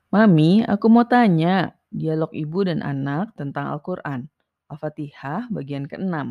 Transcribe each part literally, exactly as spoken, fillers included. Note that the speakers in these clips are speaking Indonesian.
Mami, aku mau tanya, dialog ibu dan anak tentang Al-Quran. Al-Fatihah bagian keenam.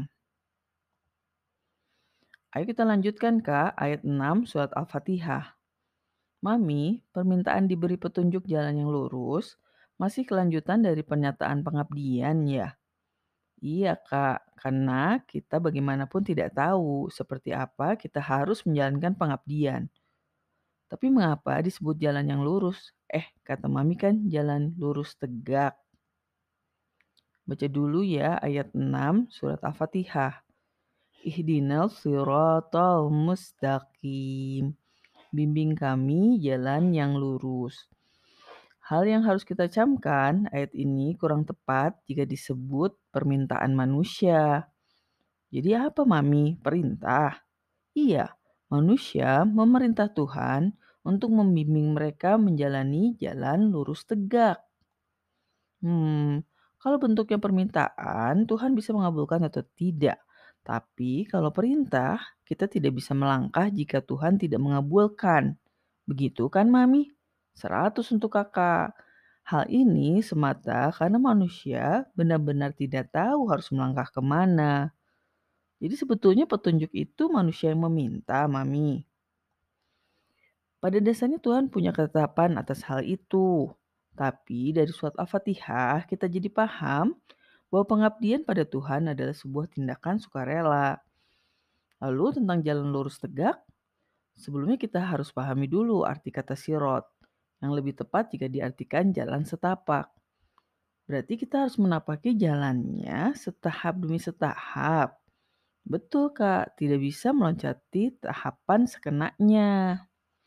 Ayo kita lanjutkan Kak, ayat enam surat Al-Fatihah. Mami, permintaan diberi petunjuk jalan yang lurus masih kelanjutan dari pernyataan pengabdian ya? Iya Kak, karena kita bagaimanapun tidak tahu seperti apa kita harus menjalankan pengabdian. Tapi mengapa disebut jalan yang lurus? Eh, kata Mami kan jalan lurus tegak. Baca dulu ya ayat enam surat Al-Fatihah. Ihdinal siratal mustaqim. Bimbing kami jalan yang lurus. Hal yang harus kita camkan, ayat ini kurang tepat jika disebut permintaan manusia. Jadi apa Mami? Perintah? Iya, manusia memerintah Tuhan untuk membimbing mereka menjalani jalan lurus tegak. Hmm, kalau bentuknya permintaan, Tuhan bisa mengabulkan atau tidak. Tapi kalau perintah, kita tidak bisa melangkah jika Tuhan tidak mengabulkan. Begitu kan, Mami? Seratus untuk kakak. Hal ini semata karena manusia benar-benar tidak tahu harus melangkah kemana. Jadi sebetulnya petunjuk itu manusia yang meminta, Mami. Pada dasarnya Tuhan punya ketetapan atas hal itu. Tapi dari surat Al-Fatihah kita jadi paham bahwa pengabdian pada Tuhan adalah sebuah tindakan sukarela. Lalu tentang jalan lurus tegak, sebelumnya kita harus pahami dulu arti kata sirot, yang lebih tepat jika diartikan jalan setapak. Berarti kita harus menapaki jalannya setahap demi setahap. Betul Kak, tidak bisa meloncati tahapan sekenanya.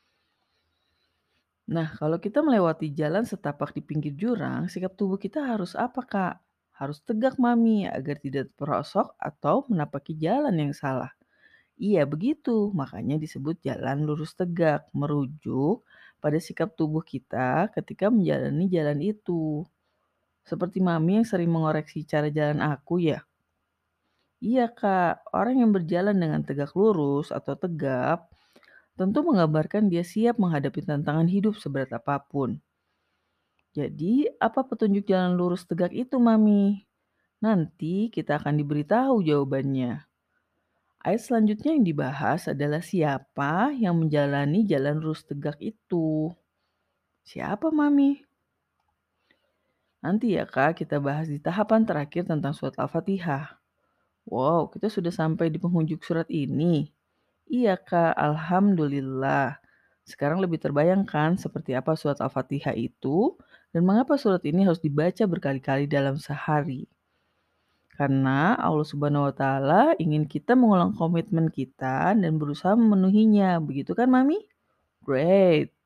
Nah, kalau kita melewati jalan setapak di pinggir jurang, sikap tubuh kita harus apa, Kak? Harus tegak, Mami, agar tidak terperosok atau menapaki jalan yang salah. Iya, begitu. Makanya disebut jalan lurus tegak, merujuk pada sikap tubuh kita ketika menjalani jalan itu. Seperti Mami yang sering mengoreksi cara jalan aku ya. Iya, Kak. Orang yang berjalan dengan tegak lurus atau tegap tentu menggambarkan dia siap menghadapi tantangan hidup seberat apapun. Jadi, apa petunjuk jalan lurus tegak itu, Mami? Nanti kita akan diberitahu jawabannya. Ayat selanjutnya yang dibahas adalah siapa yang menjalani jalan lurus tegak itu. Siapa, Mami? Nanti ya, Kak, kita bahas di tahapan terakhir tentang surat Al-Fatihah. Wow, kita sudah sampai di penghujung surat ini. Iya, Kak, alhamdulillah. Sekarang lebih terbayangkan seperti apa surat Al-Fatihah itu dan mengapa surat ini harus dibaca berkali-kali dalam sehari. Karena Allah Subhanahu wa taala ingin kita mengulang komitmen kita dan berusaha memenuhinya. Begitu kan, Mami? Great.